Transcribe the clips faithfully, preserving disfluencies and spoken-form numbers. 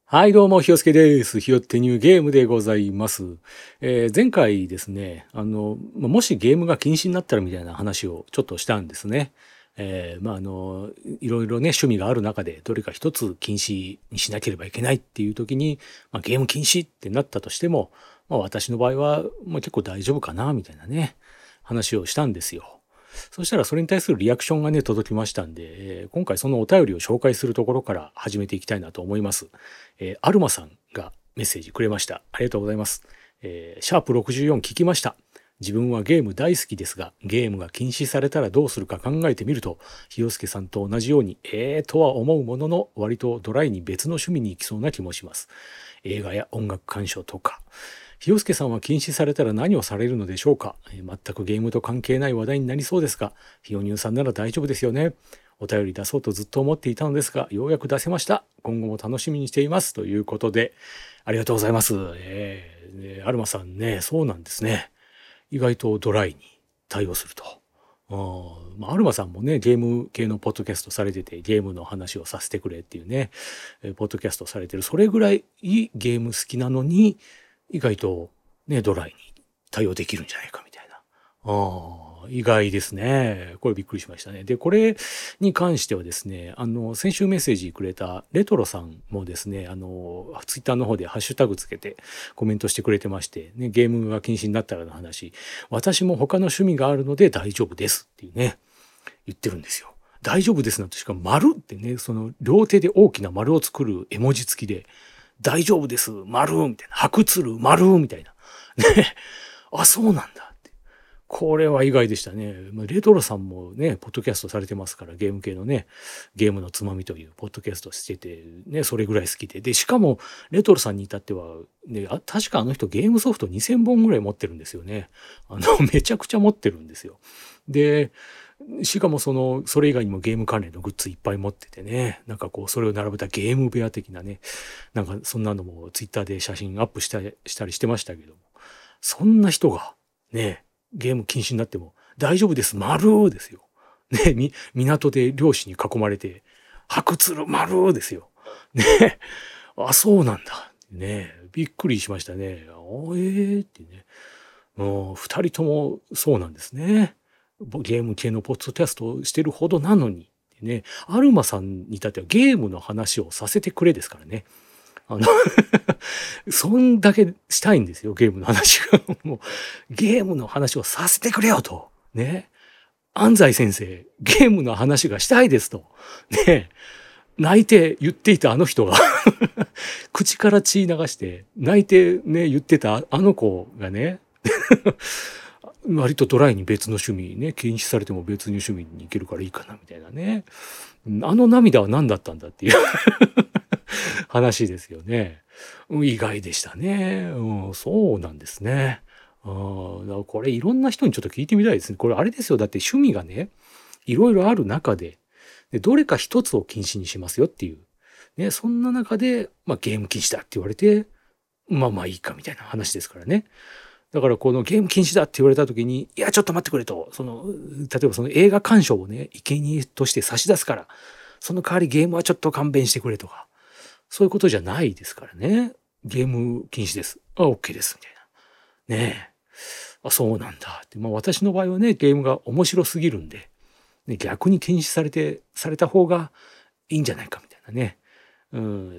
はい、どうも、ひよすけです。ひよってニューゲームでございます。えー前回ですね、あの、まもしゲームが禁止になったらみたいな話をちょっとしたんですね。えーまあ、あの、いろいろね、趣味がある中で、どれか一つ禁止にしなければいけないっていう時に、まあ、ゲーム禁止ってなったとしても、まあ、私の場合は、まあ、結構大丈夫かな、みたいなね、話をしたんですよ。そしたらそれに対するリアクションがね、届きましたんで、えー今回そのお便りを紹介するところから始めていきたいなと思います。えーアルマさんがメッセージくれました。ありがとうございます。えーシャープろくじゅうよん聞きました。自分はゲーム大好きですが、ゲームが禁止されたらどうするか考えてみると、ひよすけさんと同じように、えーとは思うものの、割とドライに別の趣味に行きそうな気もします。映画や音楽鑑賞とか。ひよすけさんは禁止されたら何をされるのでしょうか。えー全くゲームと関係ない話題になりそうですが、ひよにゅうさんなら大丈夫ですよね。お便り出そうとずっと思っていたのですが、ようやく出せました。今後も楽しみにしています。ということで、ありがとうございます。えー、ねアルマさんね、そうなんですね。意外とドライに対応すると。あーまあ、アルマさんもね、ゲーム系のポッドキャストされてて、ゲームの話をさせてくれっていうね、えーポッドキャストされてる。それぐらいゲーム好きなのに、意外とね、ドライに対応できるんじゃないかみたいな。ああ、意外ですね。これびっくりしましたね。で、これに関してはですね、あの、先週メッセージくれたレトロさんもですね、あの、ツイッターの方でハッシュタグつけてコメントしてくれてまして、ね、ゲームが禁止になったらの話、私も他の趣味があるので大丈夫ですっていうね、言ってるんですよ。大丈夫ですなんて、しかも丸ってね、その両手で大きな丸を作る絵文字付きで、大丈夫です、丸みたいな、白鶴、丸みたいな。ね、あ、そうなんだって。これは意外でしたね。まあレトロさんもね、ポッドキャストされてますから、ゲーム系のね、ゲームのつまみというポッドキャストしてて、ね、それぐらい好きで。で、しかも、レトロさんに至っては、ね、あ確かあの人ゲームソフトにせんぼんぐらい持ってるんですよね。あの、めちゃくちゃ持ってるんですよ。で、しかもその、それ以外にもゲーム関連のグッズいっぱい持っててね、なんかこう、それを並べたゲーム部屋的なね、なんかそんなのもツイッターで写真アップしたしたりしてましたけども、そんな人がね、ゲーム禁止になっても大丈夫です、丸ですよ。ね、み、港で漁師に囲まれて、白鶴丸ですよ。ね、あ、そうなんだ。ね、びっくりしましたね。あえーってね。もう二人ともそうなんですね。ゲーム系のポッドキャストをしてるほどなのに。ね、アルマさんに至ってはゲームの話をさせてくれですからね。あのそんだけしたいんですよ、ゲームの話が。もう、ゲームの話をさせてくれよと。ね。安西先生、ゲームの話がしたいですと。ね。泣いて言っていたあの人が口から血流して泣いてね言ってたあの子がね割とドライに別の趣味ね禁止されても別に趣味に行けるからいいかなみたいなね、あの涙は何だったんだっていう話ですよね。意外でしたね。うん、そうなんですね。あーだからこれいろんな人にちょっと聞いてみたいですね。これあれですよ。だって趣味がね、いろいろある中で、でどれか一つを禁止にしますよっていう。ね、そんな中で、まあゲーム禁止だって言われて、まあまあいいかみたいな話ですからね。だからこのゲーム禁止だって言われた時に、いやちょっと待ってくれと、その、例えばその映画鑑賞をね、生贄として差し出すから、その代わりゲームはちょっと勘弁してくれとか、そういうことじゃないですからね。ゲーム禁止です。あ、OK です。みたいな。ねえ。あ、そうなんだって。まあ私の場合はね、ゲームが面白すぎるんで、ね、逆に禁止されて、された方がいいんじゃないかみたいなね。うん、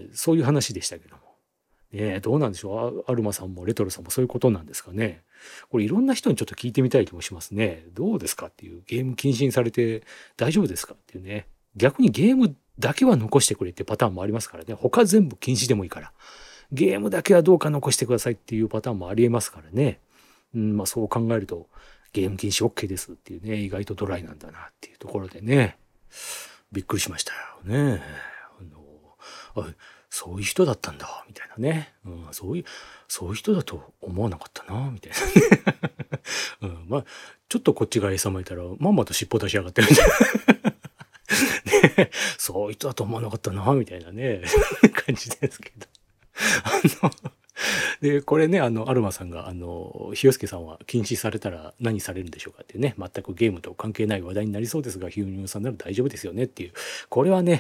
そういう話でしたけども。ねえ、どうなんでしょう。あアルマさんもレトロさんもそういうことなんですかね。これいろんな人にちょっと聞いてみたい気もしますね。どうですかっていう。ゲーム禁止にされて大丈夫ですかっていうね。逆にゲームだけは残してくれってパターンもありますからね。他全部禁止でもいいから。ゲームだけはどうか残してくださいっていうパターンもありえますからね。うん、まあそう考えると、ゲーム禁止 OK ですっていうね、意外とドライなんだなっていうところでね、びっくりしましたよね。あの、あ、そういう人だったんだ、みたいなね。うん、そういう、そういう人だと思わなかったな、みたいな。うん、まあ、ちょっとこっちが餌まいたら、まんまと尻尾出しやがってるみたいな。ね、そういう人だと思わなかったな、みたいなね、感じですけど。あの、で、これね、あの、アルマさんが、あの、ひよすけさんは禁止されたら何されるんでしょうかっていうね、全くゲームと関係ない話題になりそうですが、ヒューニューさんなら大丈夫ですよねっていう。これはね、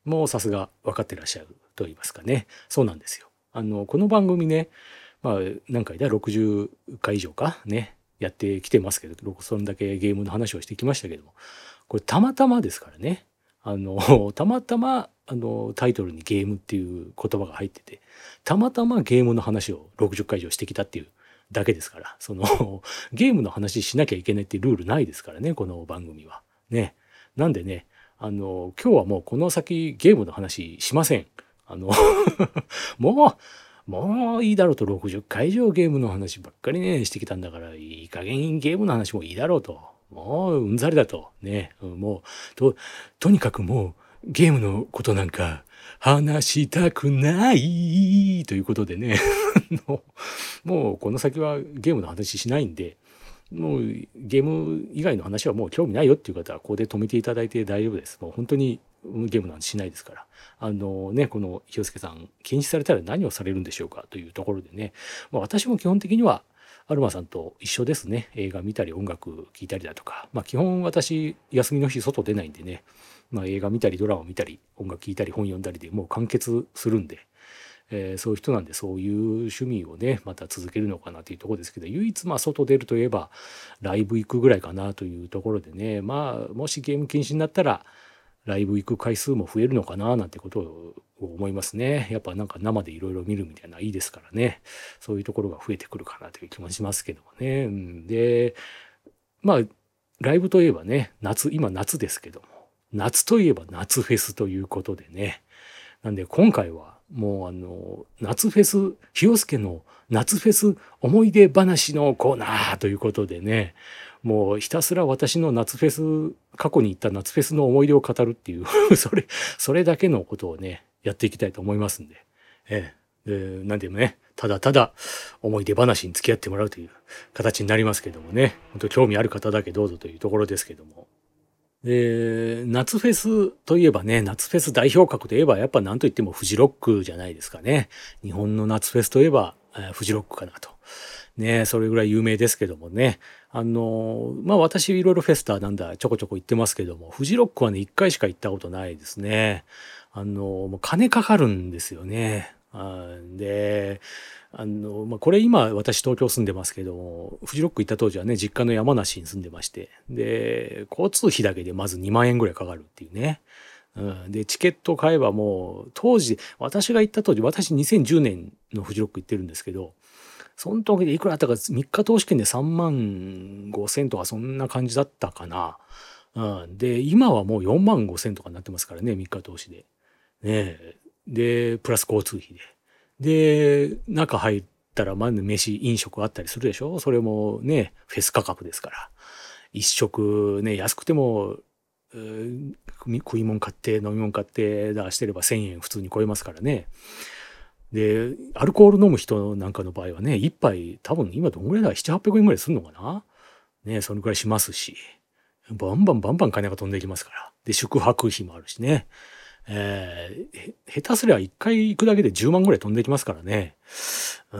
もうさすが分かってらっしゃると言いますかね。そうなんですよ。あの、この番組ね、まあ、何回だ、ろくじゅっかい以上かね、やってきてますけど、そんだけゲームの話をしてきましたけども、これたまたまですからね。あの、たまたま、あの、タイトルにゲームっていう言葉が入ってて、たまたまゲームの話をろくじゅっかい以上してきたっていうだけですから、その、ゲームの話しなきゃいけないっていうルールないですからね、この番組は。ね。なんでね、あの、今日はもうこの先ゲームの話しません。あのもう、もういいだろうと、ろくじゅっかい以上ゲームの話ばっかりね、してきたんだから、いい加減ゲームの話もいいだろうと。もううんざりだと。ね。もう、と、とにかくもうゲームのことなんか話したくないということでね。もうこの先はゲームの話しないんで、もうゲーム以外の話はもう興味ないよっていう方はここで止めていただいて大丈夫です。もう本当にゲームの話しないですから。あのね、この清介さん禁止されたら何をされるんでしょうかというところでね、まあ、私も基本的にはアルマさんと一緒ですね。映画見たり音楽聴いたりだとか、まあ基本私休みの日外出ないんでね、まあ映画見たりドラマ見たり音楽聴いたり本読んだりでもう完結するんで、えー、そういう人なんでそういう趣味をねまた続けるのかなというところですけど、唯一まあ外出るといえばライブ行くぐらいかなというところでね、まあもしゲーム禁止になったらライブ行く回数も増えるのかななんてことを思いますね。やっぱなんか生でいろいろ見るみたいないいですからね、そういうところが増えてくるかなという気もしますけどもね。うん、でまあライブといえばね、夏今夏ですけども、夏といえば夏フェスということでね、なんで今回はもうあの夏フェス清介の夏フェス思い出話のコーナーということでね、もうひたすら私の夏フェス過去に行った夏フェスの思い出を語るっていうそれそれだけのことをねやっていきたいと思いますんで、ええ、でなんでもねただただ思い出話に付き合ってもらうという形になりますけどもね、本当興味ある方だけどうぞというところですけども。で、夏フェスといえばね、夏フェス代表格といえば、やっぱ何と言ってもフジロックじゃないですかね。日本の夏フェスといえば、えーフジロックかなと。ね、それぐらい有名ですけどもね。あの、まあ私いろいろフェスタなんだちょこちょこ行ってますけども、フジロックはね、一回しか行ったことないですね。あの、もう金かかるんですよね。あで、あの、まあ、これ今私東京住んでますけども、フジロック行った当時はね、実家の山梨に住んでまして、で、交通費だけでまずにまん円ぐらいかかるっていうね。うん、で、チケット買えばもう、当時、私が行った当時、私にせんじゅうねんのフジロック行ってるんですけど、その時でいくらあったか、みっか投資券でさんまんごせんとかそんな感じだったかな。うん、で、今はもうよんまんごせんとかになってますからね、みっか投資で。ねえ。で、プラス交通費で。で、中入ったら、まず飯、飲食あったりするでしょ、それもね、フェス価格ですから。一食ね、安くても、うー食い物買って飲み物買って出してればせんえん普通に超えますからね。で、アルコール飲む人なんかの場合はね、一杯多分今どんぐらいだ、なな、はっぴゃくえんぐらいするのかな、ね、そのぐらいしますし。バンバンバンバン金が飛んでいきますから。で、宿泊費もあるしね。えー、下手すりゃ一回行くだけでじゅうまんぐらい飛んできますからね。うん、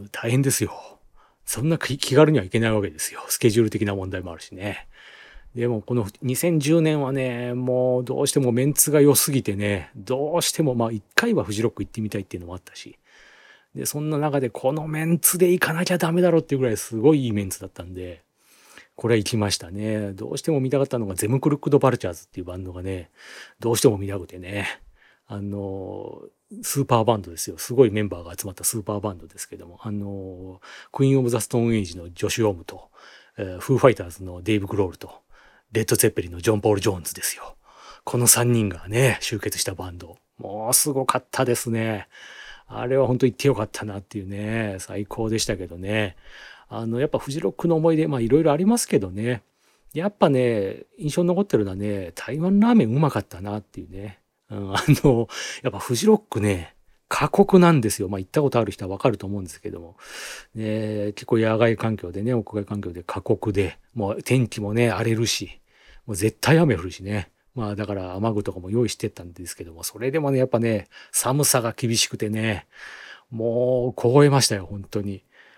大変ですよ。そんな気気軽にはいけないわけですよ。スケジュール的な問題もあるしね。でもこのにせんじゅうねんはね、もうどうしてもメンツが良すぎてね、どうしてもまあ一回はフジロック行ってみたいっていうのもあったし。で、そんな中でこのメンツで行かなきゃダメだろうっていうぐらいすごいいいメンツだったんで、これは行きましたね。どうしても見たかったのがゼムクルック・ド・バルチャーズっていうバンドがね、どうしても見たくてね。あの、スーパーバンドですよ。すごいメンバーが集まったスーパーバンドですけども、あの、クイーン・オブ・ザ・ストーン・エイジのジョシュ・オムと、えーフー・ファイターズのデイブ・グロールと、レッド・ゼッペリンのジョン・ポール・ジョーンズですよ。このさんにんがね、集結したバンド。もうすごかったですね。あれは本当行ってよかったなっていうね、最高でしたけどね。あの、やっぱフジロックの思い出、まあいろいろありますけどね。やっぱね、印象に残ってるのはね、台湾ラーメンうまかったなっていうね。うん、あの、やっぱフジロックね、過酷なんですよ。まあ行ったことある人はわかると思うんですけども。ね、結構野外環境でね、屋外環境で過酷で、もう天気もね、荒れるし、もう絶対雨降るしね。まあだから雨具とかも用意してったんですけども、それでもね、やっぱね、寒さが厳しくてね、もう凍えましたよ、本当に。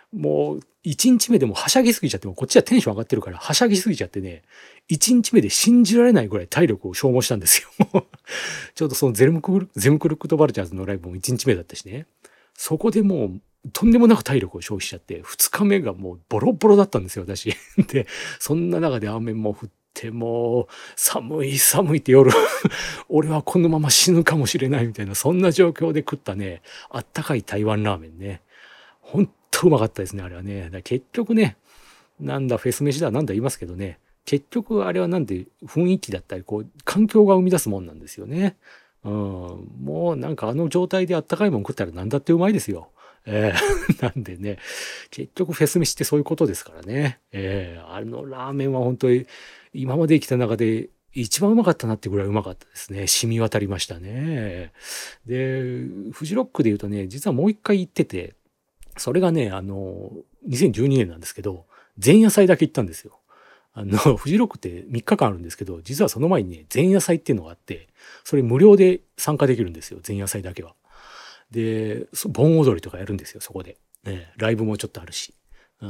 もういちにちめでもはしゃぎすぎちゃって、もこっちはテンション上がってるからはしゃぎすぎちゃってね、いちにちめで信じられないぐらい体力を消耗したんですよ。ちょうどそのゼムクルゼムクルクとバルチャーズのライブもいちにちめだったしね。そこでもうとんでもなく体力を消費しちゃって、ふつかめがもうボロボロだったんですよ、私。で、そんな中で雨も降って、もう寒い寒いって夜、俺はこのまま死ぬかもしれないみたいな、そんな状況で食ったね、あったかい台湾ラーメンね。ほんとうまかったですね、あれはね。だから結局ね、なんだフェス飯だなんだ言いますけどね、結局あれはなんで雰囲気だったり、こう、環境が生み出すもんなんですよね。うん、もうなんかあの状態であったかいもん食ったら何だってうまいですよ。えーなんでね、結局フェス飯ってそういうことですからね。えーあのラーメンは本当に今まで生きた中で一番うまかったなってぐらいうまかったですね。染み渡りましたね。で、フジロックで言うとね、実はもう一回行ってて、それがね、あの、にせんじゅうにねんなんですけど、前夜祭だけ行ったんですよ。あの、フジロックってみっかかんあるんですけど、実はその前にね、前夜祭っていうのがあって、それ無料で参加できるんですよ、前夜祭だけは。で、そ盆踊りとかやるんですよ、そこで。ね、ライブもちょっとあるし。うん、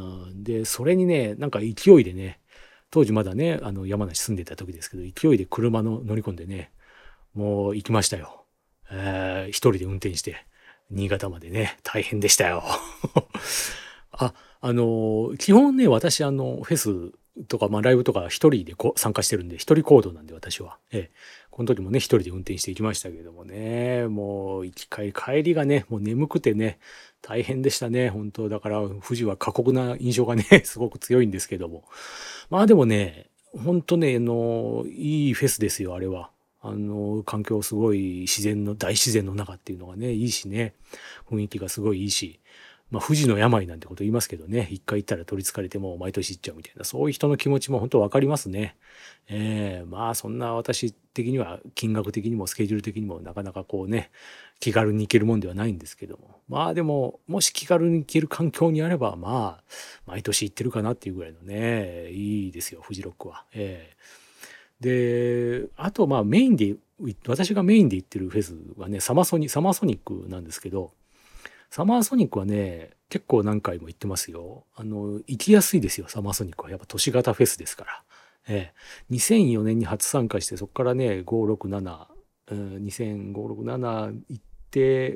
で、それにね、なんか勢いでね、当時まだね、あの、山梨住んでた時ですけど、勢いで車の乗り込んでね、もう行きましたよ。えー一人で運転して、新潟までね、大変でしたよ。あ、あの、基本ね、私、あの、フェスとか、まあ、ライブとか一人でこ参加してるんで、一人行動なんで、私は。ええ、この時もね、一人で運転していきましたけどもね、もう、行き帰り、帰りがね、もう眠くてね、大変でしたね、本当だから、富士は過酷な印象がね、すごく強いんですけども。まあでもね、本当ね、あの、いいフェスですよ、あれは。あの、環境すごい自然の、大自然の中っていうのがね、いいしね、雰囲気がすごいいいし、まあ、富士の病なんてこと言いますけどね、一回行ったら取り憑かれてもう毎年行っちゃうみたいな、そういう人の気持ちも本当わかりますね。ええ、まあ、そんな私的には、金額的にもスケジュール的にもなかなかこうね、気軽に行けるもんではないんですけども。まあでも、もし気軽に行ける環境にあれば、まあ、毎年行ってるかなっていうぐらいのね、いいですよ、フジロックは。ええ、で、あとまあメインで、私がメインで行ってるフェスはね、サマソニ、サマーソニックなんですけど、サマーソニックはね、結構何回も行ってますよ。あの、行きやすいですよ、サマーソニックは。やっぱ都市型フェスですから。ええ、にせんよねんに初参加して、そこからね、ご、ろく、なな、うん、にせんご、ろく、なな行って、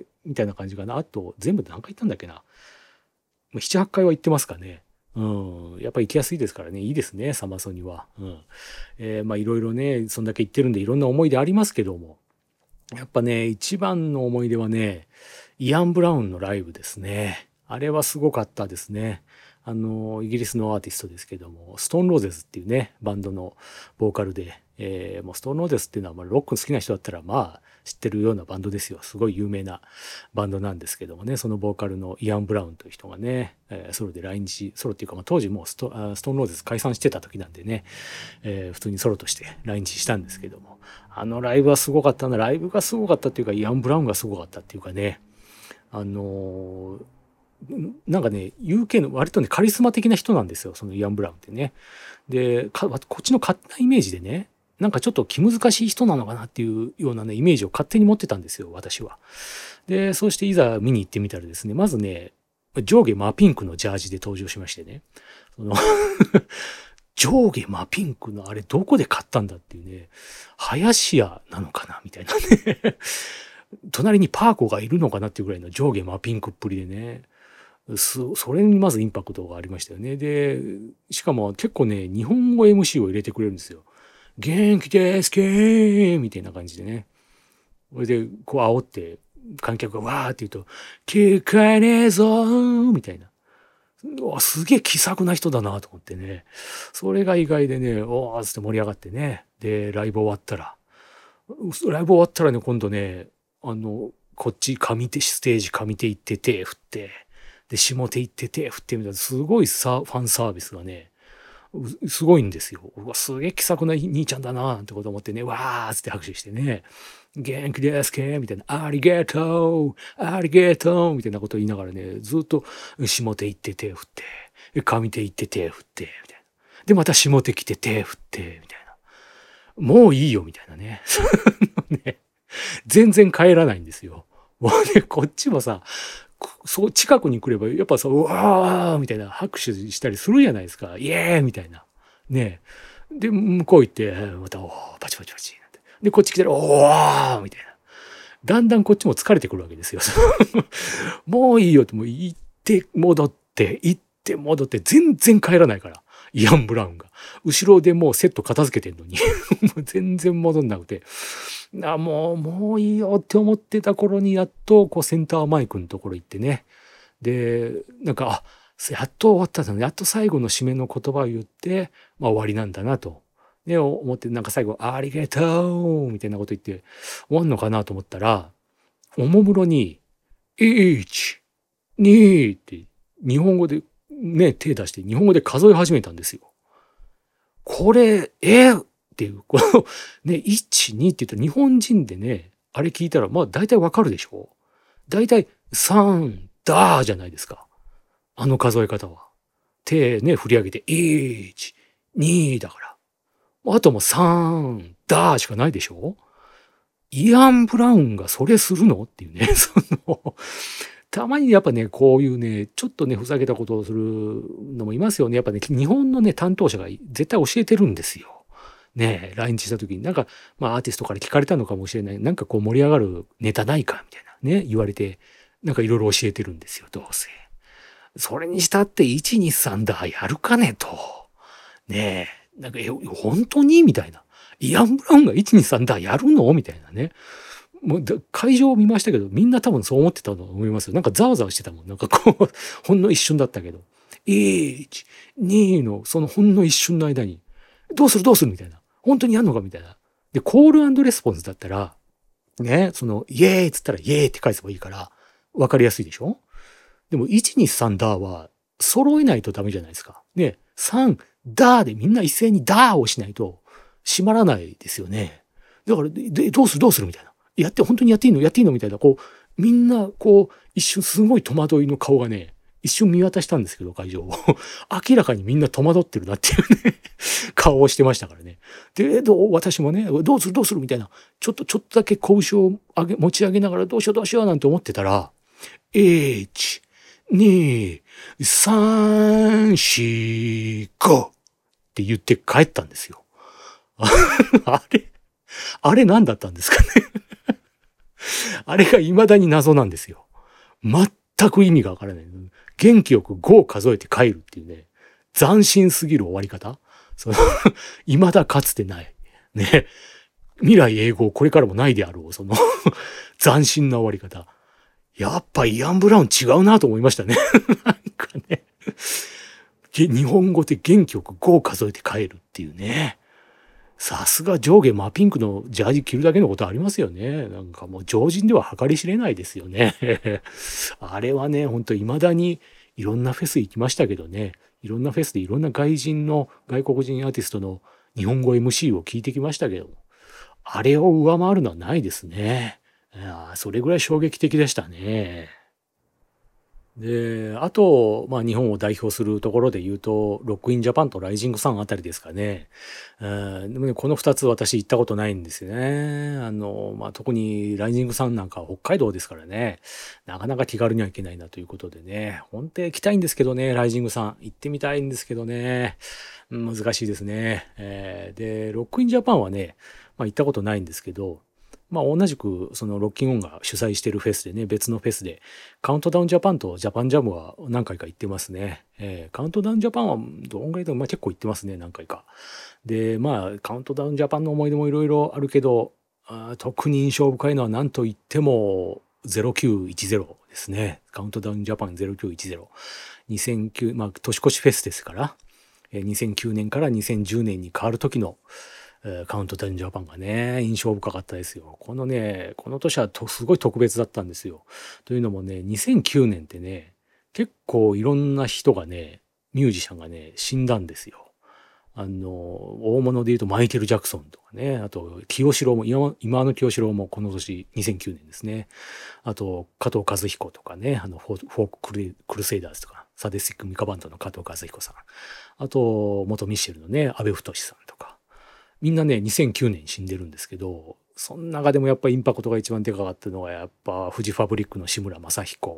みたいな感じかな。あと、全部で何回行ったんだっけな。もうなな、はちかいは行ってますかね。うん。やっぱ行きやすいですからね。いいですね、サマソニは。うん。えーまあいろいろね、そんだけ行ってるんでいろんな思い出ありますけども。やっぱね、一番の思い出はね、イアン・ブラウンのライブですね。あれはすごかったですね。あの、イギリスのアーティストですけども、ストーンローゼスっていうね、バンドのボーカルで、えーもうストーンローゼスっていうのは、まあ、ロック好きな人だったら、まあ、知ってるようなバンドですよ。すごい有名なバンドなんですけどもね、そのボーカルのイアン・ブラウンという人がね、えーソロで来日、ソロっていうか、まあ、当時もうストあストーンローゼス解散してた時なんでね、えー普通にソロとして来日したんですけども、あのライブはすごかったな。ライブがすごかったっていうか、イアン・ブラウンがすごかったっていうかね、あのーなんかね、ユーケー の割とね、カリスマ的な人なんですよ、そのイアン・ブラウンってね。で、かこっちの勝手なイメージでね、なんかちょっと気難しい人なのかなっていうようなね、イメージを勝手に持ってたんですよ、私は。で、そうしていざ見に行ってみたらですね、まずね、上下真ピンクのジャージで登場しましてね、その上下真ピンクのあれどこで買ったんだっていうね、林家なのかなみたいなね。隣にパーコがいるのかなっていうぐらいの上下真ピンクっぷりでね。そそれにまずインパクトがありましたよね。で、しかも結構ね、日本語 エムシー を入れてくれるんですよ。元気ですけーみたいな感じでね。それで、こう煽って、観客がわーって言うと、聞こえねえぞーみたいな。うわすげえ気さくな人だなと思ってね。それが意外でね、おーっつって盛り上がってね。で、ライブ終わったら、ライブ終わったらね、今度ね、あの、こっち上手、ステージ上手行って手振って、で、下手行って手振ってみたいな、すごいさ、ファンサービスがね、うすごいんですよ。うわ、すげえ気さくな兄ちゃんだな、なんてこと思ってね、わーっつって拍手してね、元気ですけみたいな、ありがとうありがとうみたいなことを言いながらね、ずっと下手行って手振って、上手行って手振って、みたいな。で、また下手来て手振って、みたいな。もういいよ、みたいなね。ね全然帰らないんですよ。もうね、こっちもさ、 そう近くに来ればやっぱそううわーみたいな拍手したりするじゃないですか。イエーイみたいな。ねえ。で向こう行ってまたおーパチパチパチなんて。でこっち来たらおーみたいな。だんだんこっちも疲れてくるわけですよ。もういいよってもう行って戻って行って戻って全然帰らないから。イアン・ブラウンが。後ろでもうセット片付けてんのにもう全然戻んなくて。あ、もう、もういいよって思ってた頃にやっとこうセンターマイクのところ行ってね。で、なんか、あ、やっと終わったのやっと最後の締めの言葉を言って、まあ終わりなんだなと。で、思って、なんか最後、ありがとうみたいなこと言って終わんのかなと思ったら、おもむろに、いち、にって日本語でね、手出して日本語で数え始めたんですよ。これ、えっていう、このね、いち、にって言ったら日本人でね、あれ聞いたら、まあ大体わかるでしょ。大体さんだーじゃないですか。あの数え方は。手ね、振り上げて、いち、にだから。あともうさんだーしかないでしょ。イアン・ブラウンがそれするのっていうね、その、たまにやっぱね、こういうね、ちょっとね、ふざけたことをするのもいますよね。やっぱね、日本のね、担当者が絶対教えてるんですよ。ね、来日した時になんか、まあアーティストから聞かれたのかもしれない。なんかこう盛り上がるネタないかみたいなね、言われて、なんかいろいろ教えてるんですよ、どうせ。それにしたっていち、に、さんだ、やるかねと。ねえ、なんか、え、本当にみたいな。イアン・ブラウンがいち、に、さんだ、やるのみたいなね。もう会場を見ましたけど、みんな多分そう思ってたと思いますよ。なんかざわざわしてたもん。なんかこう、ほんの一瞬だったけど。いち、にの、そのほんの一瞬の間に、どうするどうするみたいな。本当にやんのかみたいな。で、コールレスポンスだったら、ね、その、イエーイっつったらイエーイって返せばいいから、わかりやすいでしょ。でも、いち、に、さんだは、揃えないとダメじゃないですか。ね、さんだでみんな一斉にだをしないと、閉まらないですよね。だから、で、どうするどうするみたいな。やって、本当にやっていいのやっていいのみたいな、こう、みんな、こう、一瞬すごい戸惑いの顔がね、一瞬見渡したんですけど、会場を。明らかにみんな戸惑ってるなっていうね、顔をしてましたからね。で、どう、私もね、どうするどうするみたいな、ちょっと、ちょっとだけ拳を上げ、持ち上げながら、どうしようどうしようなんて思ってたら、いち、に、さん、よん、ごって言って帰ったんですよ。あれあれ何だったんですかね。あれが未だに謎なんですよ。全く意味がわからない。元気よくごを数えて帰るっていうね、斬新すぎる終わり方。その未だかつてない。ね。未来永劫これからもないであろう。その斬新な終わり方。やっぱイアン・ブラウン違うなと思いましたね。なんかね。日本語で元気よくごを数えて帰るっていうね。さすが上下真ピンクのジャージ着るだけのことありますよね。なんかもう常人では計り知れないですよね。あれはね、ほんと未だにいろんなフェス行きましたけどね。いろんなフェスでいろんな外人の外国人アーティストの日本語 エムシー を聞いてきましたけど、あれを上回るのはないですね。それぐらい衝撃的でしたね。で、あと、まあ日本を代表するところで言うと、ロックインジャパンとライジングサンあたりですかね。うん、でもね、この二つ私行ったことないんですよね。あの、まあ特にライジングサンなんかは北海道ですからね、なかなか気軽には行けないなということでね、本当に行きたいんですけどね、ライジングサン。行ってみたいんですけどね、難しいですね。えー、で、ロックインジャパンはね、まあ行ったことないんですけど、まあ同じくそのロッキンオンが主催してるフェスでね、別のフェスで、カウントダウンジャパンとジャパンジャムは何回か行ってますね。えー、カウントダウンジャパンはどんぐらいでも、まあ、結構行ってますね、何回か。で、まあカウントダウンジャパンの思い出もいろいろあるけど、あ特に印象深いのは何と言ってもゼロきゅういちゼロですね。カウントダウンジャパンゼロきゅういちゼロ。にせんきゅう、まあ年越しフェスですから、にせんきゅうねんからにせんじゅうねんに変わる時のカウントダウンジャパンがね、印象深かったですよ。このね、この年はとすごい特別だったんですよ。というのもね、にせんきゅうねんってね、結構いろんな人がね、ミュージシャンがね、死んだんですよ。あの、大物で言うとマイケル・ジャクソンとかね、あと、清志郎も、今今の清志郎もこの年にせんきゅうねんですね。あと、加藤和彦とかね、あのフォー、フォーククルクルセイダーズとか、サディスティックミカバンドの加藤和彦さん。あと、元ミッシェルのね、安倍太さんとか。みんなね、にせんきゅうねんに死んでるんですけど、その中でもやっぱインパクトが一番でかかったのが、やっぱフジファブリックの志村正彦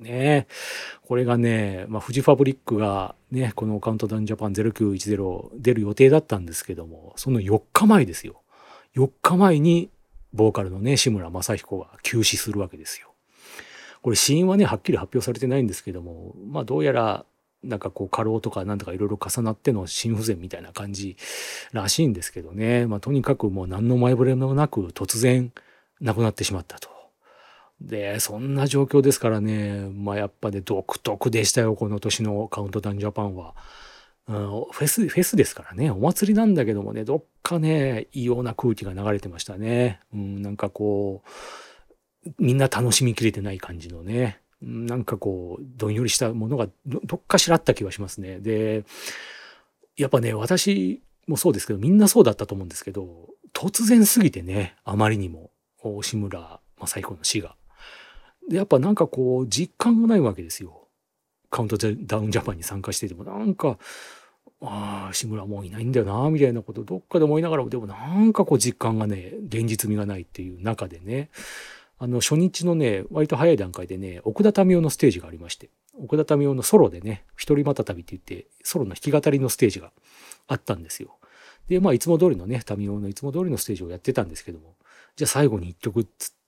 ね。これがね、まあ、フジファブリックがね、このカウントダウンジャパンゼロきゅういちゼロ出る予定だったんですけども、そのよっかまえですよ。よっかまえに、ボーカルのね、志村正彦が急死するわけですよ。これ死因はね、はっきり発表されてないんですけども、まあどうやら、なんかこう過労とかなんとかいろいろ重なっての心不全みたいな感じらしいんですけどね。まあとにかくもう何の前触れもなく突然亡くなってしまったと。で、そんな状況ですからね、まあやっぱね、独特でしたよ、この年のカウントダウンジャパンは。うん、フェス、フェスですからね、お祭りなんだけどもね、どっかね、異様な空気が流れてましたね。うん、なんかこう、みんな楽しみきれてない感じのね、なんかこう、どんよりしたものがどどっかしらあった気はしますね。で、やっぱね、私もそうですけど、みんなそうだったと思うんですけど、突然すぎてね、あまりにも、志村正彦の死が。で、やっぱなんかこう、実感がないわけですよ。カウントダウンジャパンに参加してても、なんか、ああ、志村もういないんだよな、みたいなことどっかで思いながらも、でもなんかこう実感がね、現実味がないっていう中でね、あの初日のね、割と早い段階でね、奥田民生のステージがありまして、奥田民生のソロでね、一人またたびって言って、ソロの弾き語りのステージがあったんですよ。で、まあいつも通りのね、民生のいつも通りのステージをやってたんですけども、じゃあ最後に一曲っつって、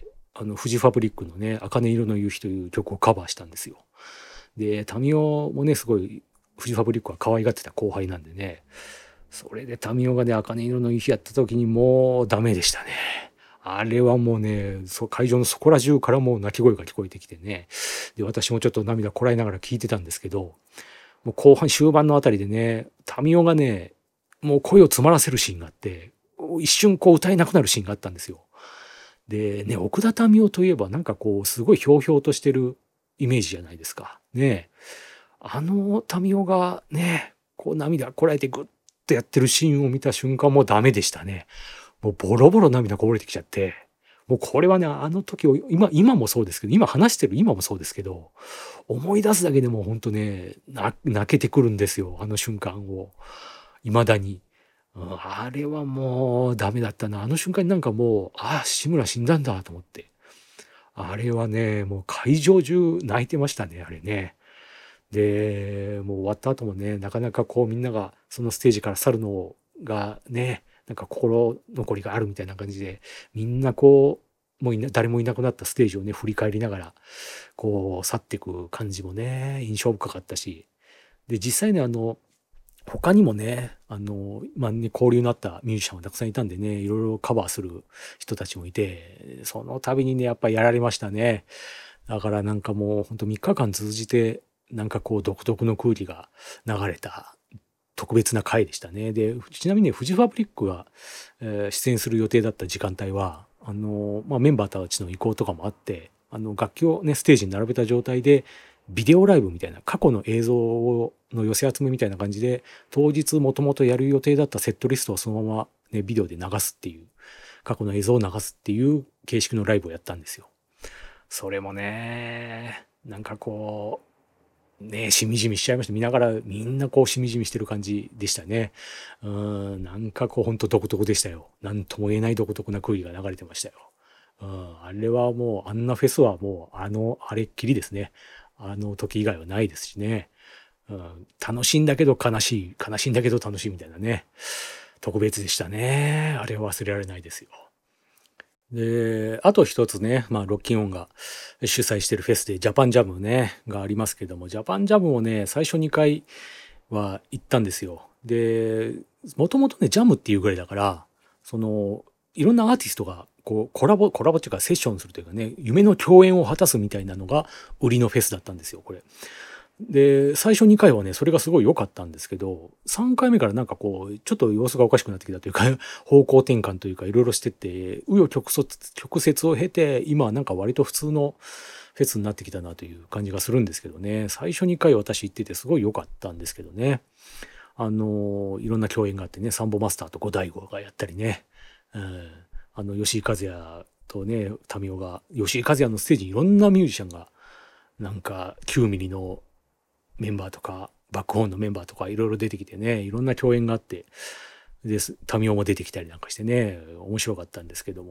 あの、フジファブリックのね、茜色の夕日という曲をカバーしたんですよ。で、民生もね、すごい、フジファブリックは可愛がってた後輩なんでね、それで民生がね、茜色の夕日やった時にもうダメでしたね。あれはもうね、そう会場のそこら中からもう泣き声が聞こえてきてね。で、私もちょっと涙こらえながら聞いてたんですけど、もう後半終盤のあたりでね、民生がね、もう声を詰まらせるシーンがあって、一瞬こう歌えなくなるシーンがあったんですよ。でね、奥田民生といえばなんかこう、すごいひょうひょうとしてるイメージじゃないですか。ね。あの民生がね、こう涙こらえてグッとやってるシーンを見た瞬間もうダメでしたね。もうボロボロ涙こぼれてきちゃって、もうこれはね、あの時を、今、今もそうですけど、今話してる今もそうですけど、思い出すだけでも本当ね、泣けてくるんですよ、あの瞬間を。未だに。あれはもうダメだったな。あの瞬間になんかもう、ああ、志村死んだんだと思って。あれはね、もう会場中泣いてましたね、あれね。で、もう終わった後もね、なかなかこうみんながそのステージから去るのがね、なんか心残りがあるみたいな感じで、みんなこう、もういな誰もいなくなったステージをね、振り返りながら、こう去っていく感じもね、印象深かったし。で、実際ね、あの、他にもね、あの、まあね、交流のあったミュージシャンはたくさんいたんでね、いろいろカバーする人たちもいて、その度にね、やっぱりやられましたね。だからなんかもうほんとみっかかん通じて、なんかこう独特の空気が流れた特別な回でしたね。で、ちなみにね、フジファブリックが、えー出演する予定だった時間帯は、あの、まあ、メンバーたちの意向とかもあって、あの、楽器をね、ステージに並べた状態で、ビデオライブみたいな、過去の映像をの寄せ集めみたいな感じで、当日もともとやる予定だったセットリストをそのままね、ビデオで流すっていう、過去の映像を流すっていう形式のライブをやったんですよ。それもね、なんかこう、ね、しみじみしちゃいました。見ながらみんなこうしみじみしてる感じでしたね。うん、なんかこうほんと独特でしたよ。なんとも言えない独特な空気が流れてましたよ。うん、あれはもう、あんなフェスはもう、あの、あれっきりですね。あの時以外はないですしね。うん、楽しいんだけど悲しい、悲しいんだけど楽しいみたいなね。特別でしたね。あれは忘れられないですよ。で、あと一つね、まあ、ロッキンオンが主催してるフェスで、ジャパンジャムね、がありますけども、ジャパンジャムをね、最初にかいは行ったんですよ。で、もともとね、ジャムっていうぐらいだから、その、いろんなアーティストが、こう、コラボ、コラボっていうかセッションするというかね、夢の共演を果たすみたいなのが売りのフェスだったんですよ、これ。で、最初にかいはね、それがすごい良かったんですけど、さんかいめからなんかこう、ちょっと様子がおかしくなってきたというか、方向転換というか、いろいろしてって、紆余曲折、曲折を経て、今はなんか割と普通のフェスになってきたなという感じがするんですけどね。最初にかい私行っててすごい良かったんですけどね。あの、いろんな共演があってね、サンボマスターと五大悟がやったりね。うん、あの、吉井和也とね、民生が、吉井和也のステージにいろんなミュージシャンが、なんかきゅうミリのメンバーとか、バックホーンのメンバーとかいろいろ出てきてね、いろんな共演があって、で、民生も出てきたりなんかしてね、面白かったんですけども。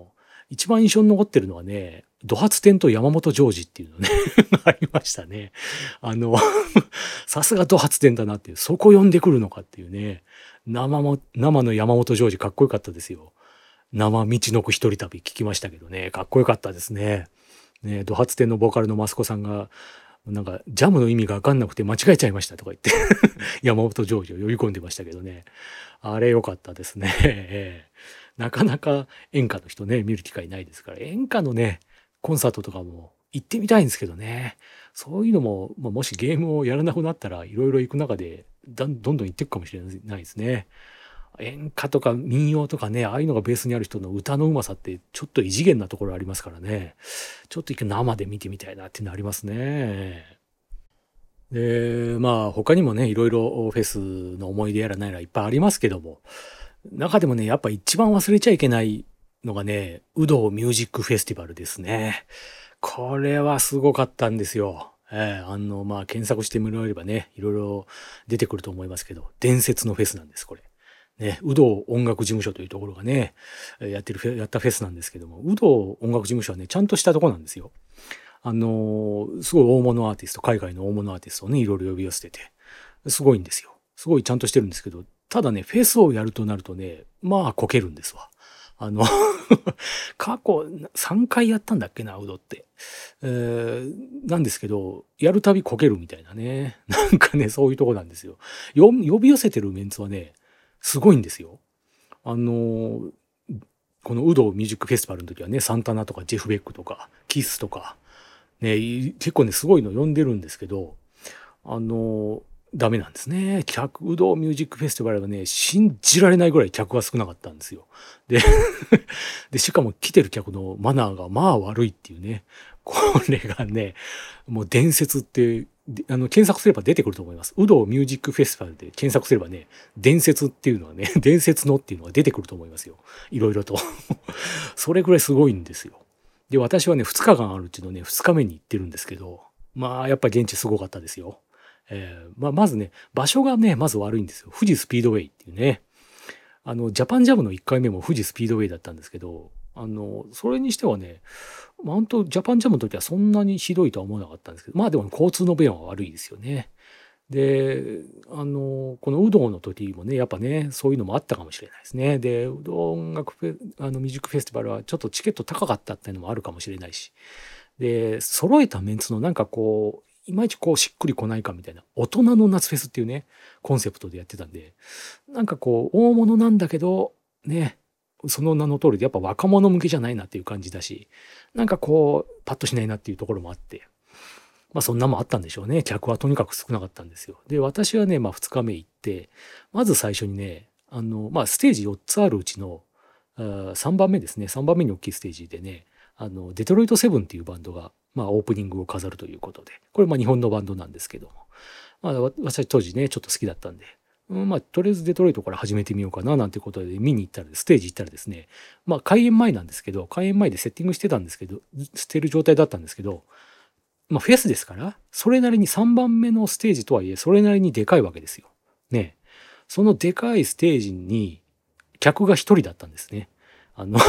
一番印象に残ってるのはね、ド発展と山本譲二っていうのねありましたね。あのさすがド発展だなっていう、そこ呼んでくるのかっていうね。生も生の山本譲二かっこよかったですよ。生道のく一人旅聞きましたけどね、かっこよかったですね。ね、ド発展のボーカルの益子さんがなんかジャムの意味が分かんなくて間違えちゃいましたとか言って山本譲二を呼び込んでましたけどね、あれ良かったですね。ええ、なかなか演歌の人ね見る機会ないですから、演歌のねコンサートとかも行ってみたいんですけどね。そういうのも、まあ、もしゲームをやらなくなったらいろいろ行く中でだんどんどん行っていくかもしれないですね。演歌とか民謡とかね、ああいうのがベースにある人の歌のうまさってちょっと異次元なところありますからね。ちょっと一回生で見てみたいなっていうのありますね。で、まあ他にもね、いろいろフェスの思い出やらないらいっぱいありますけども、中でもね、やっぱ一番忘れちゃいけないのがね、有働ミュージックフェスティバルですね。これはすごかったんですよ。ええ、あの、まあ検索してもらえればね、いろいろ出てくると思いますけど、伝説のフェスなんです、これ。ね、有働音楽事務所というところがね、やってるフェ、やったフェスなんですけども、有働音楽事務所はね、ちゃんとしたところなんですよ。あのーすごい大物アーティスト、海外の大物アーティストをね、いろいろ呼び寄せてて、すごいんですよ。すごいちゃんとしてるんですけど、ただね、フェスをやるとなるとね、まあ、こけるんですわ。あの過去さんかいやったんだっけな、ウドって。えーなんですけど、やるたびこけるみたいなね。なんかね、そういうとこなんですよ。よ呼び寄せてるメンツはね、すごいんですよ。あのこのウドミュージックフェスティバルの時はね、サンタナとかジェフ・ベックとか、キスとか、ね、い結構ね、すごいの呼んでるんですけど、あの、ダメなんですね。客、ウドミュージックフェスティバルがね、信じられないぐらい客が少なかったんですよ。で、で、しかも来てる客のマナーがまあ悪いっていうね。これがね、もう伝説って、であの、検索すれば出てくると思います。ウドミュージックフェスティバルで検索すればね、伝説っていうのはね、伝説のっていうのが出てくると思いますよ。いろいろと。それぐらいすごいんですよ。で、私はね、ふつかかんあるうちのね、ふつかめに行ってるんですけど、まあ、やっぱ現地すごかったですよ。えーまあ、まずね、場所がね、まず悪いんですよ。富士スピードウェイっていうね。あの、ジャパンジャムのいっかいめも富士スピードウェイだったんですけど、あの、それにしてはね、まあ、本当ジャパンジャムの時はそんなにひどいとは思わなかったんですけど、まあでも交通の便は悪いですよね。で、あの、この有働の時もね、やっぱね、そういうのもあったかもしれないですね。で、有働音楽フェ、あの、ミュージックフェスティバルはちょっとチケット高かったっていうのもあるかもしれないし。で、揃えたメンツのなんかこう、いまいちこうしっくりこないかみたいな、大人の夏フェスっていうね、コンセプトでやってたんで、なんかこう、大物なんだけど、ね、その名の通りでやっぱ若者向けじゃないなっていう感じだし、なんかこう、パッとしないなっていうところもあって、まあそんなもんあったんでしょうね。客はとにかく少なかったんですよ。で、私はね、まあふつかめ行って、まず最初にね、あの、まあステージよっつあるうちの、あさんばんめですね。さんばんめに大きいステージでね、あの、デトロイトセブンっていうバンドが、まあオープニングを飾るということで、これまあ日本のバンドなんですけども、まあわ私当時ね、ちょっと好きだったんで、うん、まあとりあえずデトロイトから始めてみようかななんてことで見に行ったら、ステージ行ったらですね、まあ開演前なんですけど、開演前でセッティングしてたんですけど、してる状態だったんですけど、まあフェスですから、それなりにさんばんめのステージとはいえ、それなりにでかいわけですよ。ね。そのでかいステージに客が一人だったんですね。あの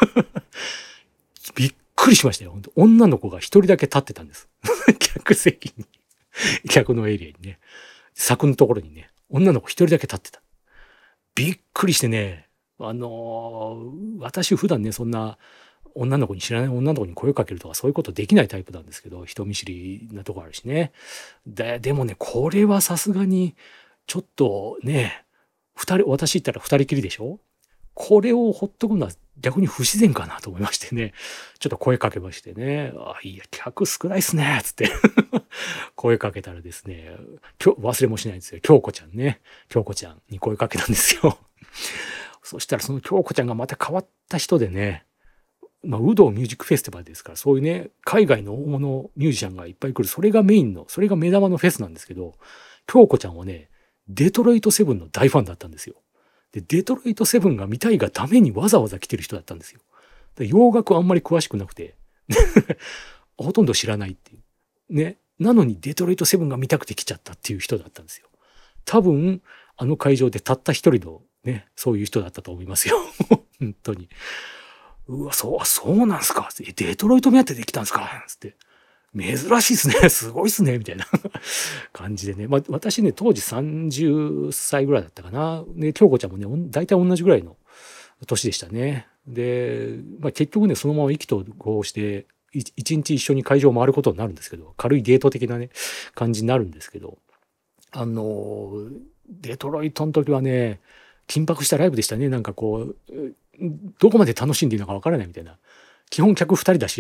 びっくりしましたよ。本当女の子が一人だけ立ってたんです。客席に。客のエリアにね。柵のところにね、女の子一人だけ立ってた。びっくりしてね、あのー私普段ね、そんな女の子に知らない女の子に声をかけるとかそういうことできないタイプなんですけど、人見知りなとこあるしね。で、でもね、これはさすがに、ちょっとね、二人、私行ったら二人きりでしょ。これをほっとくのは逆に不自然かなと思いましてね。ちょっと声かけましてね。あ、いや、客少ないっすね。つって声かけたらですね、今日忘れもしないんですよ。京子ちゃんね。京子ちゃんに声かけたんですよ。そしたらその京子ちゃんがまた変わった人でね、まあ、ウドミュージックフェスティバルですから、そういうね、海外の大物ミュージシャンがいっぱい来る、それがメインの、それが目玉のフェスなんですけど、京子ちゃんはね、デトロイトセブンの大ファンだったんですよ。で、デトロイトセブンが見たいがためにわざわざ来てる人だったんですよ。で洋楽あんまり詳しくなくて、ほとんど知らないっていう。ね。なのにデトロイトセブンが見たくて来ちゃったっていう人だったんですよ。多分、あの会場でたった一人のね、そういう人だったと思いますよ。本当に。 うわ、そう、そうなんすか。え、デトロイト目当てで来たんすかつって。珍しいっすね。すごいっすね。みたいな感じでね。まあ、私ね、当時さんじゅっさいぐらいだったかな。で、京子ちゃんもね、大体同じぐらいの年でしたね。で、まあ、結局ね、そのまま意気投合して、一日一緒に会場を回ることになるんですけど、軽いデート的なね、感じになるんですけど、あの、デトロイトの時はね、緊迫したライブでしたね。なんかこう、どこまで楽しんでいいのかわからないみたいな。基本客ふたりだし、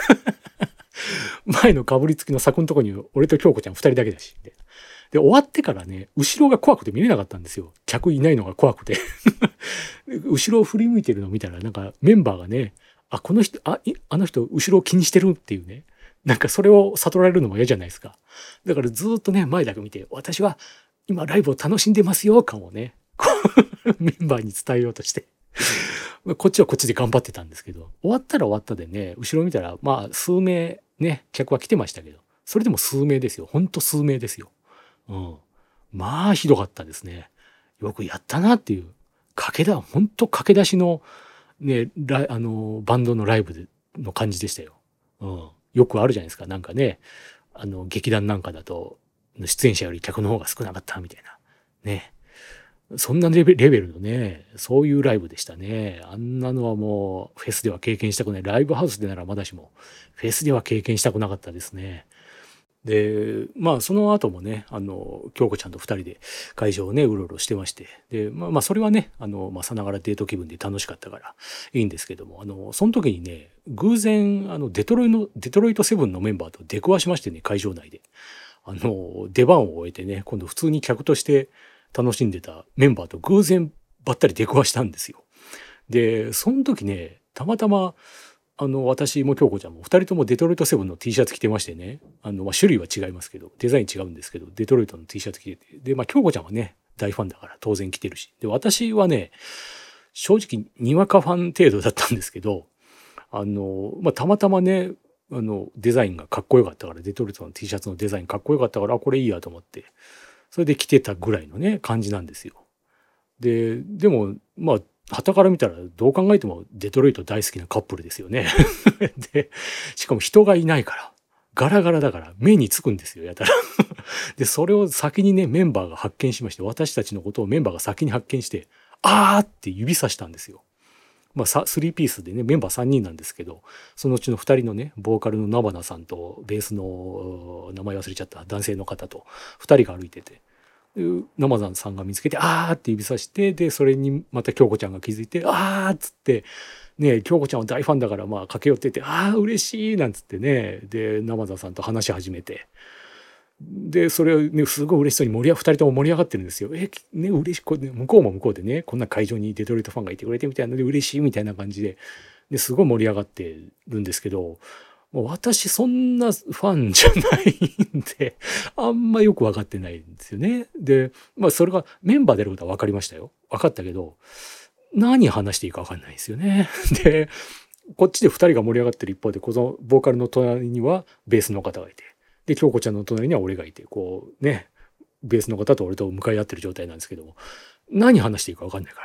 前のかぶりつきの柵のとこに俺と京子ちゃんふたりだけだし。で、終わってからね、後ろが怖くて見れなかったんですよ。客いないのが怖くて。後ろを振り向いてるのを見たら、なんかメンバーがね、あ、この人、あ、あの人、後ろを気にしてるっていうね。なんかそれを悟られるのも嫌じゃないですか。だからずっとね、前だけ見て、私は今ライブを楽しんでますよ、感をね、メンバーに伝えようとして。こっちはこっちで頑張ってたんですけど、終わったら終わったでね、後ろ見たら、まあ、数名ね、客は来てましたけど、それでも数名ですよ。ほんと数名ですよ。うん。まあ、ひどかったですね。よくやったなっていう。駆けだ、ほんと駆け出しの、ね、ラあの、バンドのライブでの感じでしたよ。うん。よくあるじゃないですか。なんかね、あの、劇団なんかだと、出演者より客の方が少なかったみたいな。ね。そんなレベレベルのね、そういうライブでしたね。あんなのはもうフェスでは経験したくない。ライブハウスでならまだしも、フェスでは経験したくなかったですね。で、まあその後もね、あの、京子ちゃんと二人で会場をね、うろうろしてまして。で、まあまあそれはね、あの、まあさながらデート気分で楽しかったからいいんですけども、あの、その時にね、偶然、あの、デトロイの、デトロイトセブンのメンバーと出くわしましてね、会場内で。あの、出番を終えてね、今度普通に客として楽しんでたメンバーと偶然ばったり出くわしたんですよ。で、その時ね、たまたま、あの、私も京子ちゃんも二人ともデトロイトセブンの T シャツ着てましてね、あの、まあ、種類は違いますけど、デザイン違うんですけど、デトロイトの T シャツ着てて、で、まあ、京子ちゃんはね、大ファンだから当然着てるし、で、私はね、正直、にわかファン程度だったんですけど、あの、まあ、たまたまね、あの、デザインがかっこよかったから、デトロイトの T シャツのデザインかっこよかったから、あ、これいいやと思って、それで着てたぐらいのね、感じなんですよ。で、でも、まあ、傍から見たらどう考えてもデトロイト大好きなカップルですよね。で、しかも人がいないから、ガラガラだから目につくんですよ、やたら。で、それを先にね、メンバーが発見しまして、私たちのことをメンバーが先に発見して、あーって指さしたんですよ。まあ、スリーピースでね、メンバーさんにんなんですけど、そのうちのふたりのね、ボーカルのナバナさんと、ベースの名前忘れちゃった男性の方と、ふたりが歩いてて、ナマザンさんが見つけて、あーって指さして、で、それにまた京子ちゃんが気づいて、あーっつって、ね、京子ちゃんは大ファンだから、まあ、駆け寄ってて、あー嬉しいなんつってね、で、ナマザンさんと話し始めて、で、それをね、すごい嬉しそうに盛り上が、二人とも盛り上がってるんですよ。え、ね、嬉しい、これ、向こうも向こうでね、こんな会場にデトロイトファンがいてくれてみたいなので嬉しいみたいな感じで、で、すごい盛り上がってるんですけど、もう私そんなファンじゃないんで、あんまよく分かってないんですよね。で、まあそれがメンバーであることは分かりましたよ。分かったけど、何話していいか分かんないんですよね。で、こっちで二人が盛り上がってる一方で、このボーカルの隣にはベースの方がいて、で、京子ちゃんの隣には俺がいて、こうね、ベースの方と俺と向かい合ってる状態なんですけども、何話していいか分かんないから。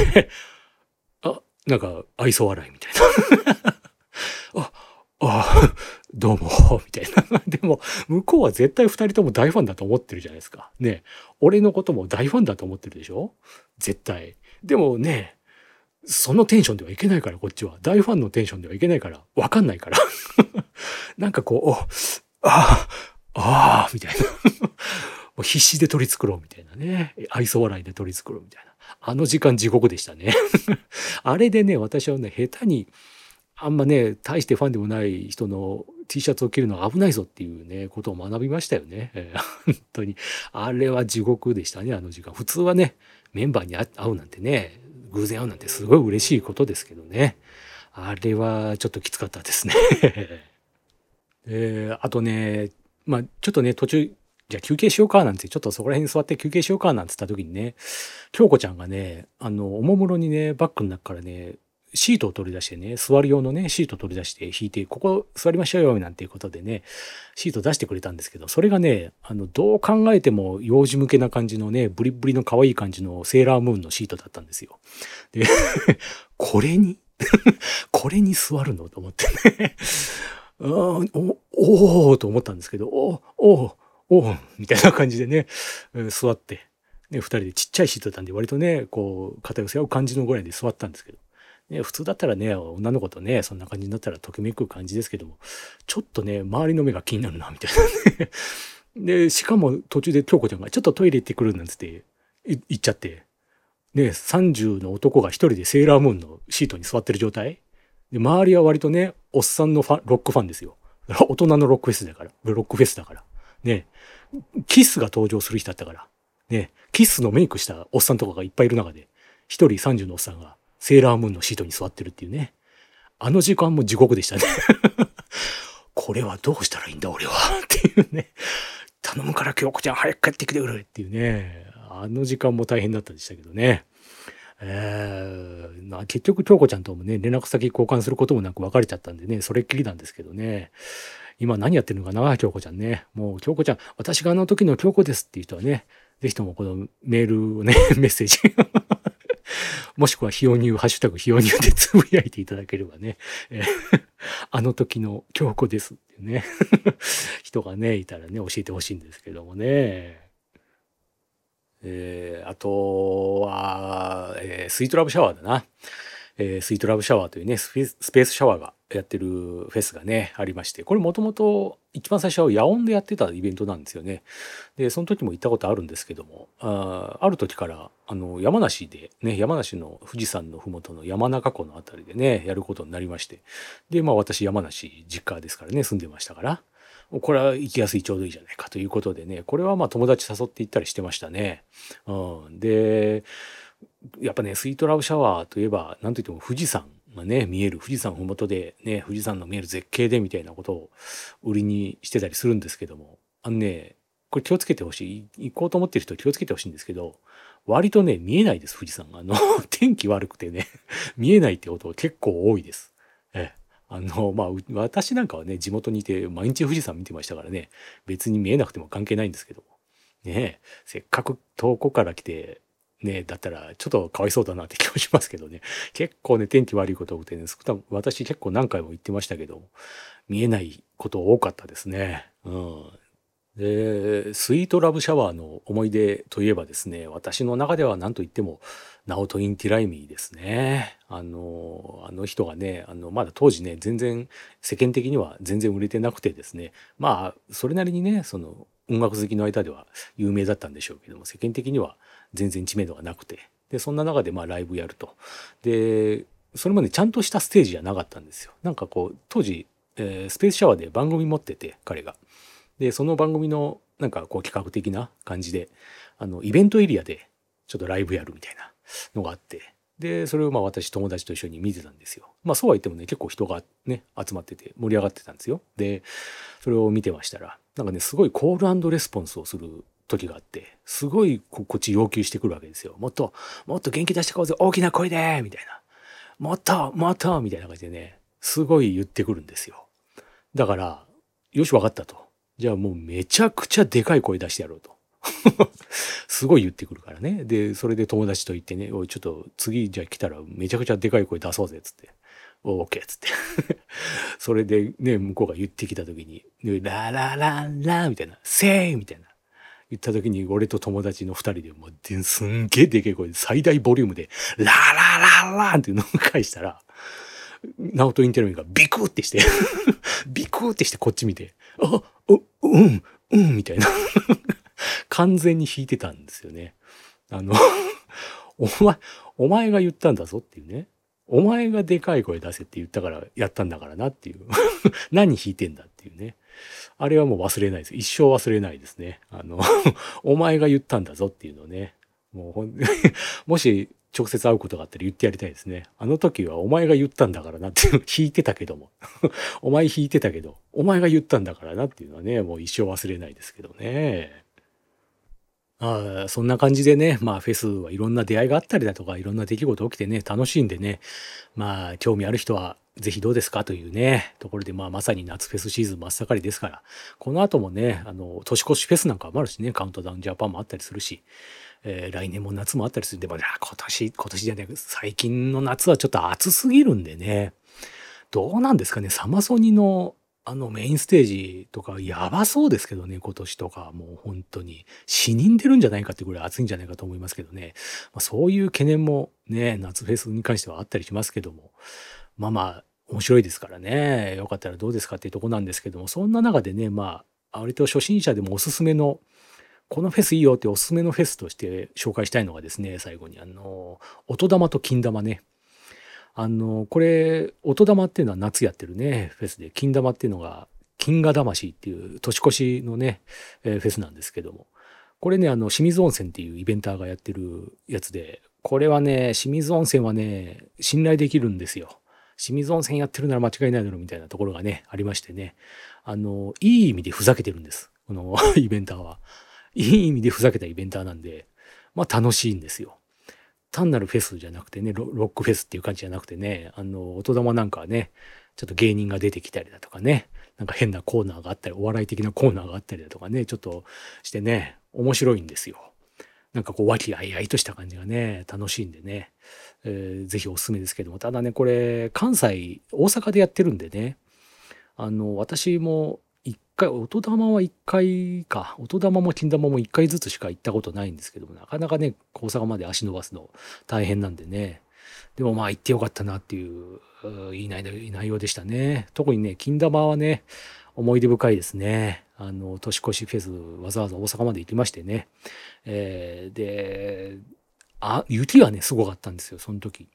で、あ、なんか愛想笑いみたいな。あ、あ、どうも、みたいな。でも、向こうは絶対二人とも大ファンだと思ってるじゃないですか。ね。俺のことも大ファンだと思ってるでしょ絶対。でもね、そのテンションではいけないから、こっちは。大ファンのテンションではいけないから、わかんないから。なんかこう、お、ああ、ああ、みたいな。もう必死で取り繕うみたいなね。愛想笑いで取り繕うみたいな。あの時間地獄でしたね。あれでね、私はね、下手に、あんまね、大してファンでもない人の T シャツを着るのは危ないぞっていうね、ことを学びましたよね。えー本当に。あれは地獄でしたね、あの時間。普通はね、メンバーに会うなんてね、偶然会うなんてすごい嬉しいことですけどね。あれはちょっときつかったですね。えー、あとね、まあちょっとね、途中、じゃあ休憩しようかなんて、ちょっとそこら辺に座って休憩しようかなんて言った時にね、京子ちゃんがね、あの、おもむろにね、バッグの中からね、シートを取り出してね、座る用のね、シートを取り出して引いて、ここ座りましょうよ、なんていうことでね、シート出してくれたんですけど、それがね、あの、どう考えても幼児向けな感じのね、ブリッブリの可愛い感じのセーラームーンのシートだったんですよ。で、これにこれに座るのと思ってね。あーお、おーと思ったんですけど、おおおみたいな感じでね、えー座って、ね、二人でちっちゃいシートだったんで、割とね、こう、肩寄せ合う感じのぐらいで座ったんですけど、ね、普通だったらね、女の子とね、そんな感じになったらときめく感じですけども、ちょっとね、周りの目が気になるな、みたいなね。で、しかも途中で京子ちゃんが、ちょっとトイレ行ってくるなんつって、い行っちゃって、ね、さんじゅうの男が一人でセーラームーンのシートに座ってる状態で、周りは割とね、おっさんのファン、ロックファンですよ。大人のロックフェスだから、ロックフェスだから。ね、キスが登場する日だったから。ね、キスのメイクしたおっさんとかがいっぱいいる中で、一人さんじゅうのおっさんがセーラームーンのシートに座ってるっていうね。あの時間も地獄でしたね。これはどうしたらいいんだ俺は。っていうね。頼むから京子ちゃん早く帰ってきてくれっていうね。あの時間も大変だったでしたけどね。えー、まあ結局京子ちゃんともね、連絡先交換することもなく別れちゃったんでね、それっきりなんですけどね。今何やってるのかな、京子ちゃんね。もう京子ちゃん、私があの時の京子ですっていう人はね、ぜひともこのメールをね、メッセージもしくは非応入、ハッシュタグ非応入でつぶやいていただければね、えーあの時の京子ですっていうね、人がね、いたらね、教えてほしいんですけどもね。えー、あとは、えースイートラブシャワーだな。えースイートラブシャワーというね、スペーススペースシャワーがやってるフェスがね、ありまして、これもともと一番最初は野音でやってたイベントなんですよね。で、その時も行ったことあるんですけども、あー、ある時から、あの、山梨でね、山梨の富士山のふもとの山中湖のあたりでね、やることになりまして、で、まあ私山梨実家ですからね、住んでましたから、これは行きやすいちょうどいいじゃないかということでね、これはまあ友達誘って行ったりしてましたね。うん、で、やっぱね、スイートラブシャワーといえば、なんといっても富士山がね、見える、富士山ふもとでね、富士山の見える絶景でみたいなことを売りにしてたりするんですけども、あのね、これ気をつけてほしい。行こうと思ってる人は気をつけてほしいんですけど、割とね、見えないです、富士山が。あの、天気悪くてね、見えないってことが結構多いです。ええ。あの、まあ、う私なんかはね、地元にいて毎日富士山見てましたからね、別に見えなくても関係ないんですけども。ねえ、せっかく遠くから来て、ねえ、だったらちょっとかわいそうだなって気もしますけどね。結構ね、天気悪いこと多くてね、少なく私結構何回も言ってましたけど、見えないこと多かったですね。うん。で、スイートラブシャワーの思い出といえばですね、私の中では何と言っても、ナオト・インティライミーですね。あの、あの人がね、あの、まだ当時ね、全然、世間的には全然売れてなくてですね、まあ、それなりにね、その、音楽好きの間では有名だったんでしょうけども、世間的には全然知名度がなくて、で、そんな中でまあライブやると。で、それまでちゃんとしたステージじゃなかったんですよ。なんかこう、当時、えースペースシャワーで番組持ってて、彼が。で、その番組のなんかこう企画的な感じで、あの、イベントエリアでちょっとライブやるみたいなのがあって、で、それをまあ私友達と一緒に見てたんですよ。まあそうは言ってもね、結構人がね、集まってて盛り上がってたんですよ。で、それを見てましたら、なんかね、すごいコールレスポンスをする時があって、すごいここっち要求してくるわけですよ。もっと、もっと元気出してこうぜ、大きな声でみたいな。もっと、もっとみたいな感じでね、すごい言ってくるんですよ。だから、よし、わかったと。じゃあもうめちゃくちゃでかい声出してやろうと。すごい言ってくるからね。で、それで友達と言ってね、おい、ちょっと次じゃあ来たらめちゃくちゃでかい声出そうぜ、つって。オーケーっつって。それでね、向こうが言ってきた時に、ララララみたいな、せーみたいな。言った時に俺と友達の二人でもうですんげえでけえ声で最大ボリュームで、ラララランっていうのを返したら、ナオト・インテルミがビクってしてビクってしてこっち見て、あ、う、うん、うん、みたいな完全に引いてたんですよね。あのお前、お前が言ったんだぞっていうね。お前がでかい声出せって言ったからやったんだからなっていう何弾いてんだっていうね。あれはもう忘れないです。一生忘れないですね。あのお前が言ったんだぞっていうのをね。もうほんもし直接会うことがあったら言ってやりたいですね。あの時はお前が言ったんだからなっていうのを弾いてたけどもお前弾いてたけど、お前が言ったんだからなっていうのはね、もう一生忘れないですけどね。ああ、そんな感じでね、まあフェスはいろんな出会いがあったりだとか、いろんな出来事起きてね、楽しいんでね、まあ興味ある人はぜひどうですかというね、ところで、まあ、まさに夏フェスシーズン真っ盛りですから、この後もね、あの、年越しフェスなんかもあるしね、カウントダウンジャパンもあったりするし、えー来年も夏もあったりするんで、まあ、今年、今年じゃない、最近の夏はちょっと暑すぎるんでね、どうなんですかね、サマソニの、あの、メインステージとか、やばそうですけどね、今年とか、もう本当に、死人出るんじゃないかってぐらい暑いんじゃないかと思いますけどね。まあ、そういう懸念もね、夏フェスに関してはあったりしますけども、まあまあ、面白いですからね、よかったらどうですかっていうとこなんですけども、そんな中でね、まあ、割と初心者でもおすすめの、このフェスいいよっておすすめのフェスとして紹介したいのがですね、最後に、あの、音玉と金玉ね。あの、これ、音玉っていうのは夏やってるね、フェスで、金玉っていうのが、金河魂っていう年越しのね、えーフェスなんですけども。これね、あの、清水温泉っていうイベンターがやってるやつで、これはね、清水温泉はね、信頼できるんですよ。清水温泉やってるなら間違いないだろうみたいなところがね、ありましてね。あの、いい意味でふざけてるんです。このイベンターは。いい意味でふざけたイベンターなんで、まあ楽しいんですよ。単なるフェスじゃなくてね、ロロックフェスっていう感じじゃなくてね、あの、音玉なんかはね、ちょっと芸人が出てきたりだとかね、なんか変なコーナーがあったり、お笑い的なコーナーがあったりだとかね、ちょっとしてね、面白いんですよ。なんかこう、和気あいあいとした感じがね、楽しいんでね、えーぜひおすすめですけども、ただね、これ、関西、大阪でやってるんでね、あの、私も一回、音玉は一回か、音玉も金玉も一回ずつしか行ったことないんですけども、なかなかね、大阪まで足伸ばすの大変なんでね。でもまあ行ってよかったなっていう、ういい内容いい内容でしたね。特にね、金玉はね、思い出深いですね。あの、年越しフェス、わざわざ大阪まで行きましてね。えーで、あ、雪がね、すごかったんですよ、その時。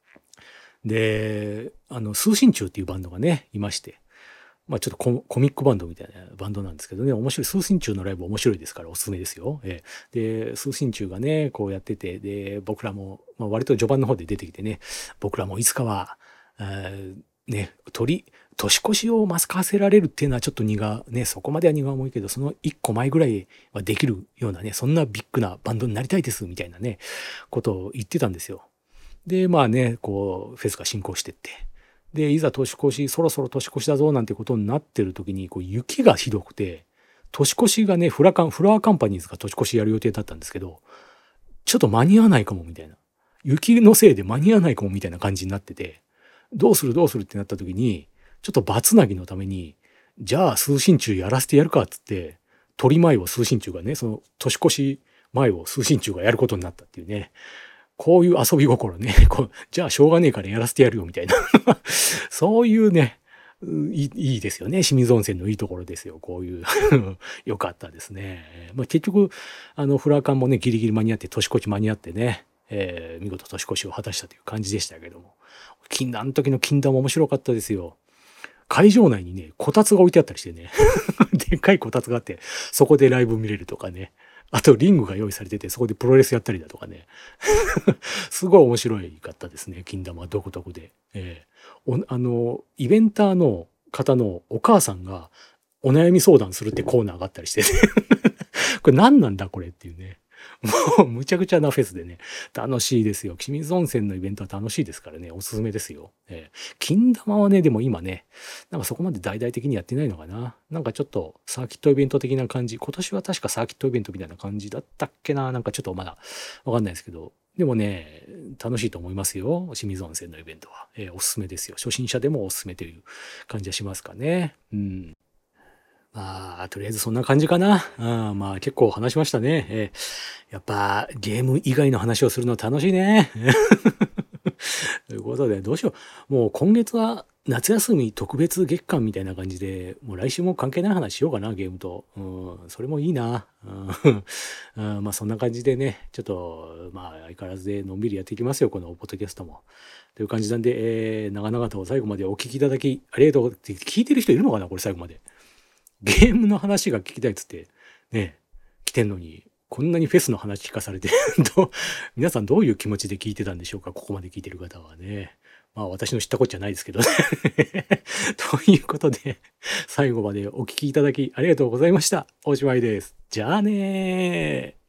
で、あの、通信中っていうバンドがね、いまして。まあちょっとココミックバンドみたいなバンドなんですけどね、面白い、通信中のライブ面白いですからおすすめですよ。ええで、通信中がね、こうやってて、で、僕らも、まあ、割と序盤の方で出てきてね、僕らもいつかは、えーね、鳥、年越しをマスカせられるっていうのはちょっと荷が、ね、そこまでは荷が重いけど、その一個前ぐらいはできるようなね、そんなビッグなバンドになりたいです、みたいなね、ことを言ってたんですよ。で、まあね、こう、フェスが進行してって。で、いざ年越し、そろそろ年越しだぞなんてことになってる時に、こう雪がひどくて、年越しがね、フラカン、フラワーカンパニーズが年越しやる予定だったんですけど、ちょっと間に合わないかもみたいな。雪のせいで間に合わないかもみたいな感じになってて、どうするどうするってなった時に、ちょっとバツナギのために、じゃあ通信中やらせてやるかっつって、鳥前を通信中がね、その年越し前を通信中がやることになったっていうね。こういう遊び心ね、こうじゃあしょうがねえからやらせてやるよみたいなそういうね、いいいいですよね。清水温泉のいいところですよ。こういうよかったですね。まあ、結局、あの、フラカンもね、ギリギリ間に合って、年越し間に合ってね、えー見事年越しを果たしたという感じでしたけども。金、あの時の金玉面白かったですよ。会場内にね、こたつが置いてあったりしてね。でっかいこたつがあって、そこでライブ見れるとかね。あと、リングが用意されてて、そこでプロレスやったりだとかね。すごい面白いかったですね。金玉独特で。えーおあの、イベンターの方のお母さんがお悩み相談するってコーナーがあったりしてね。これ何なんだこれっていうね。もうむちゃくちゃなフェスでね、楽しいですよ。清水温泉のイベントは楽しいですからね、おすすめですよ。えー金玉はね、でも今ね、なんかそこまで大々的にやってないのかな。なんかちょっとサーキットイベント的な感じ。今年は確かサーキットイベントみたいな感じだったっけな。なんかちょっとまだわかんないですけど。でもね、楽しいと思いますよ。清水温泉のイベントは。えーおすすめですよ。初心者でもおすすめという感じはしますかね。うん。まあ、とりあえずそんな感じかな。あまあ結構話しましたね。えーやっぱゲーム以外の話をするの楽しいね。ということで、どうしよう。もう今月は夏休み特別月間みたいな感じで、もう来週も関係ない話しようかな、ゲームと。うん、それもいいな。うん、うんまあそんな感じでね、ちょっと、まあ相変わらずでのんびりやっていきますよ、このポッドキャストも。という感じなんで、えー長々と最後までお聞きいただきありがとうって聞いてる人いるのかな、これ最後まで。ゲームの話が聞きたいっつって、ね、来てんのに、こんなにフェスの話聞かされてどう、皆さんどういう気持ちで聞いてたんでしょうか、ここまで聞いてる方はね。まあ私の知ったこっちゃないですけどねということで、最後までお聞きいただきありがとうございました。おしまいです。じゃあねー。